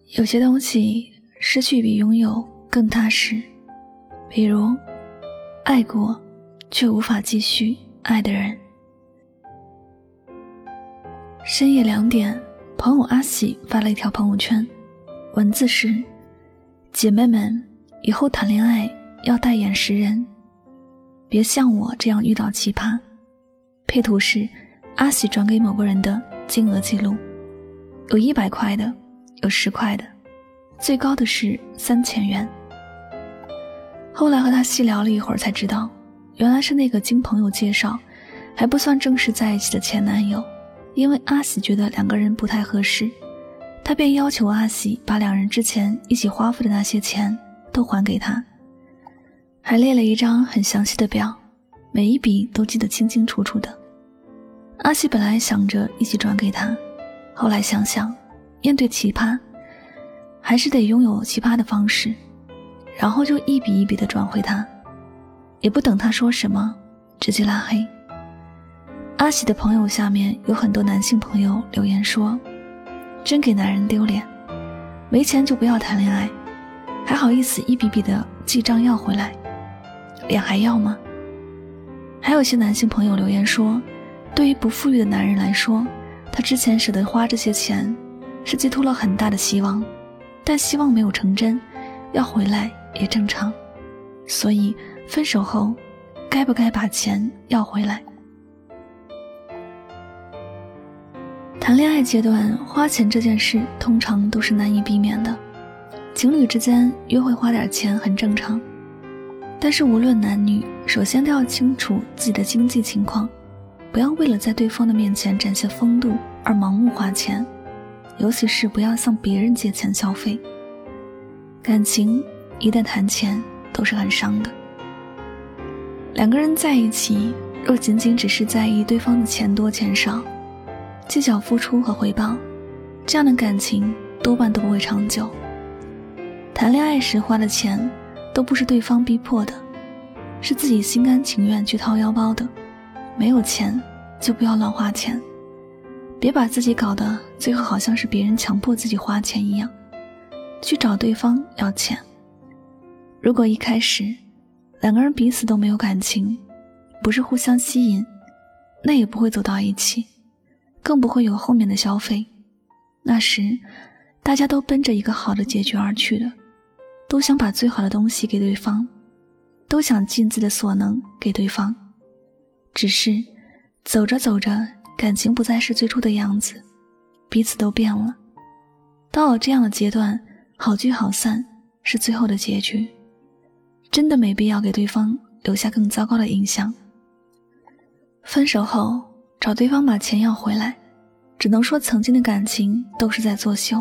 有些东西失去比拥有更踏实，比如爱过却无法继续爱的人。深夜2点，朋友阿喜发了一条朋友圈，文字是：姐妹们，以后谈恋爱要带眼识人，别像我这样遇到奇葩。配图是阿喜转给某个人的金额记录，有100块的，有10块的，最高的是3000元。后来和他细聊了一会儿才知道，原来是那个经朋友介绍还不算正式在一起的前男友。因为阿喜觉得2个人不太合适，他便要求阿喜把2人之前一起花费的那些钱都还给他，还列了一张很详细的表，每一笔都记得清清楚楚的。阿喜本来想着一起转给他，后来想想面对奇葩还是得拥有奇葩的方式，然后就一笔一笔地转回他，也不等他说什么，直接拉黑。阿喜的朋友下面有很多男性朋友留言说，真给男人丢脸，没钱就不要谈恋爱，还好意思一笔笔的记账要回来，脸还要吗？还有些男性朋友留言说，对于不富裕的男人来说，他之前舍得花这些钱是寄托了很大的希望，但希望没有成真，要回来也正常，所以分手后该不该把钱要回来？谈恋爱阶段花钱这件事通常都是难以避免的，情侣之间约会花点钱很正常，但是无论男女，首先都要清楚自己的经济情况，不要为了在对方的面前展现风度而盲目花钱，尤其是不要向别人借钱消费。感情一旦谈钱都是很伤的。2个人在一起，若仅仅只是在意对方的钱多钱少，计较付出和回报，这样的感情多半都不会长久。谈恋爱时花的钱都不是对方逼迫的，是自己心甘情愿去掏腰包的。没有钱就不要乱花钱，别把自己搞得最后好像是别人强迫自己花钱一样，去找对方要钱。如果一开始2个人彼此都没有感情，不是互相吸引，那也不会走到一起，更不会有后面的消费。那时大家都奔着一个好的结局而去的，都想把最好的东西给对方，都想尽自己的所能给对方。只是走着走着，感情不再是最初的样子，彼此都变了。到了这样的阶段，好聚好散是最后的结局，真的没必要给对方留下更糟糕的印象。分手后找对方把钱要回来，只能说曾经的感情都是在作秀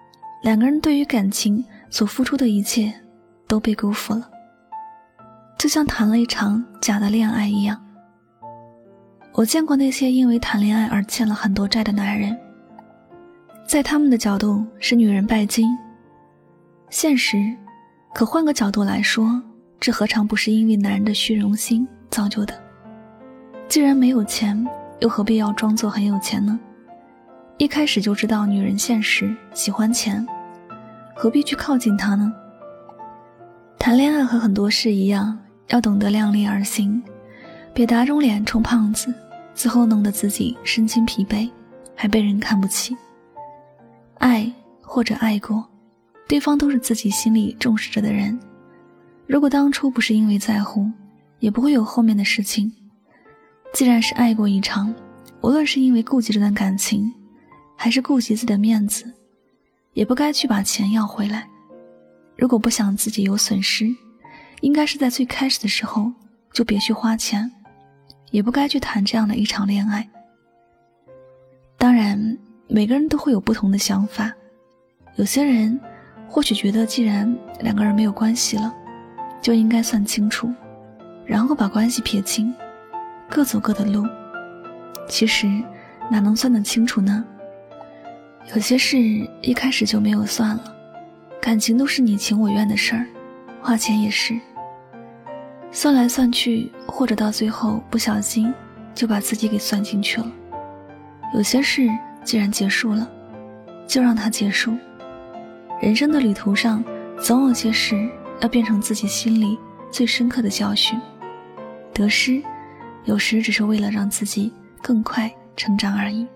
，2个人对于感情所付出的一切都被辜负了，就像谈了一场假的恋爱一样。我见过那些因为谈恋爱而欠了很多债的男人，在他们的角度是女人拜金，现实，可换个角度来说，这何尝不是因为男人的虚荣心造就的？既然没有钱，又何必要装作很有钱呢？一开始就知道女人现实，喜欢钱，何必去靠近她呢？谈恋爱和很多事一样，要懂得量力而行，别打肿脸充胖子，最后弄得自己身心疲惫，还被人看不起。爱或者爱过，对方都是自己心里重视着的人，如果当初不是因为在乎，也不会有后面的事情。既然是爱过一场，无论是因为顾及这段感情，还是顾及自己的面子，也不该去把钱要回来。如果不想自己有损失，应该是在最开始的时候就别去花钱，也不该去谈这样的一场恋爱。当然，每个人都会有不同的想法，有些人或许觉得既然2个人没有关系了，就应该算清楚，然后把关系撇清，各走各的路。其实哪能算得清楚呢？有些事一开始就没有算了，感情都是你情我愿的事儿，花钱也是。算来算去，或者到最后不小心就把自己给算进去了。有些事既然结束了，就让它结束， 人生的旅途上，总有些事要变成自己心里最深刻的教训。得失有时只是为了让自己更快成长而已。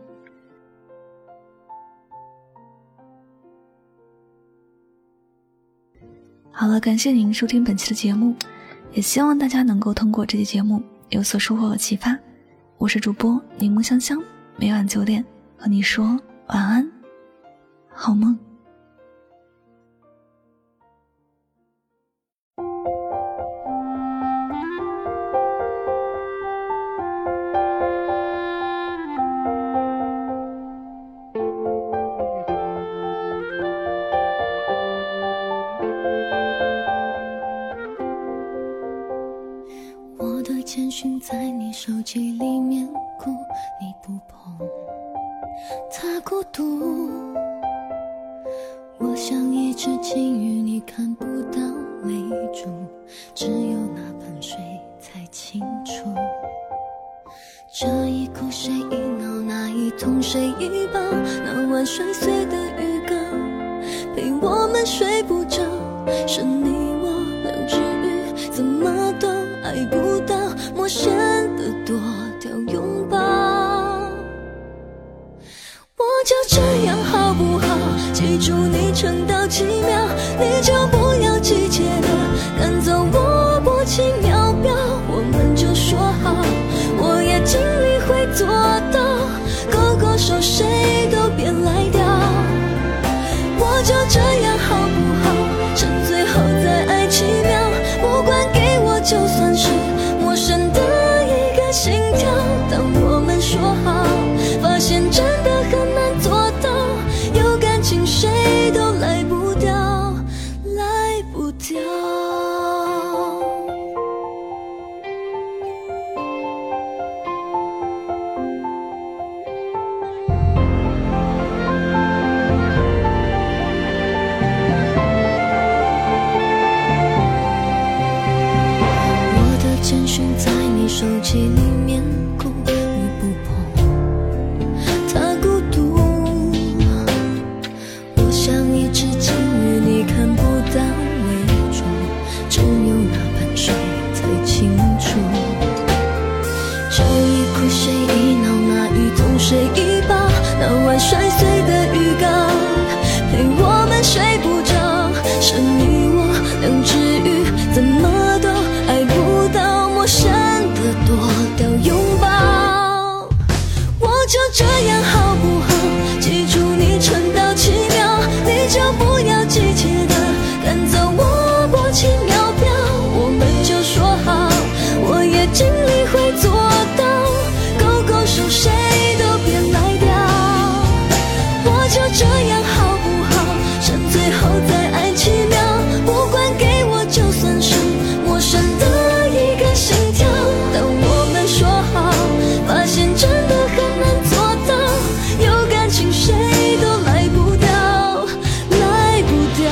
好了，感谢您收听本期的节目，也希望大家能够通过这期节目有所收获和启发。我是主播柠檬香香，每晚9点和你说晚安，好梦。 简讯在你手机里面哭，你不碰，它孤独。我像一只金鱼，你看不到泪珠，只有那盆水才清楚。这一哭谁一闹，那一痛谁一抱，那晚摔碎的鱼缸，陪我们睡不着，是你我两只鱼，怎么都爱不到，陌生的多掉拥抱。我就这样好不好？记住你撑到几秒，你就不要急切的赶走我薄情秒表，我们就说好，我也尽力会做到，勾勾手谁都别来掉。我就这样好不好？趁最后再爱几秒，不管给我就算是陌生的一个心跳。当我们说好，发现真的很难做到，有感情谁都来不掉，来不掉。简讯在你手机里面哭，你不碰，它孤独。我像一只金鱼，你看不到泪珠，只有那盆水才清楚。这一哭谁一闹，那一痛谁一抱，那晚摔碎的鱼缸，陪我们睡不着，是你我两只鱼，怎么都爱不到，陌生的多掉拥抱。我就这样好不好？记住你撑到几秒，你就不要急切的赶走我薄情秒表，我们就说好，我也尽力会做到，勾勾手谁都别来掉。我就这样好不好？趁最后再爱几秒，不管给我就算是陌生的一个心跳。当我们说好，发现真的很难做到，有感情谁都来不掉，来不掉。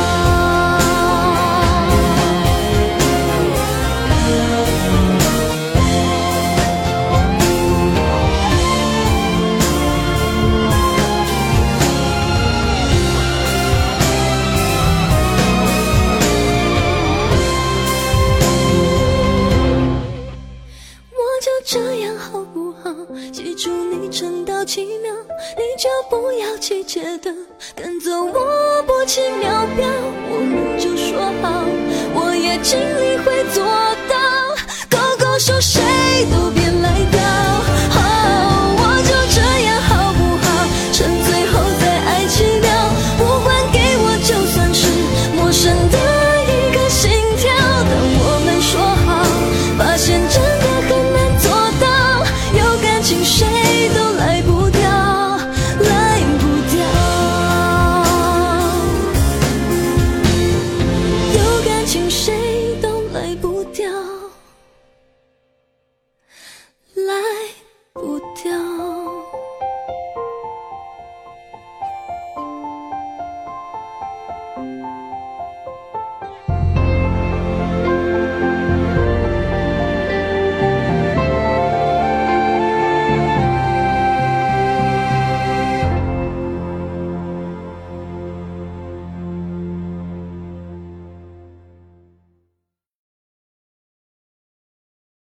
这样好不好？记住你撑到几秒，你就不要急切的赶走我薄情秒表，我们就说好，我也尽力会做到，勾勾手谁都别来掉。我就这样好不好？趁最后再爱几秒，不管给我就算是陌生的一个心跳。当我们说好，发现真的很难做到，有感情谁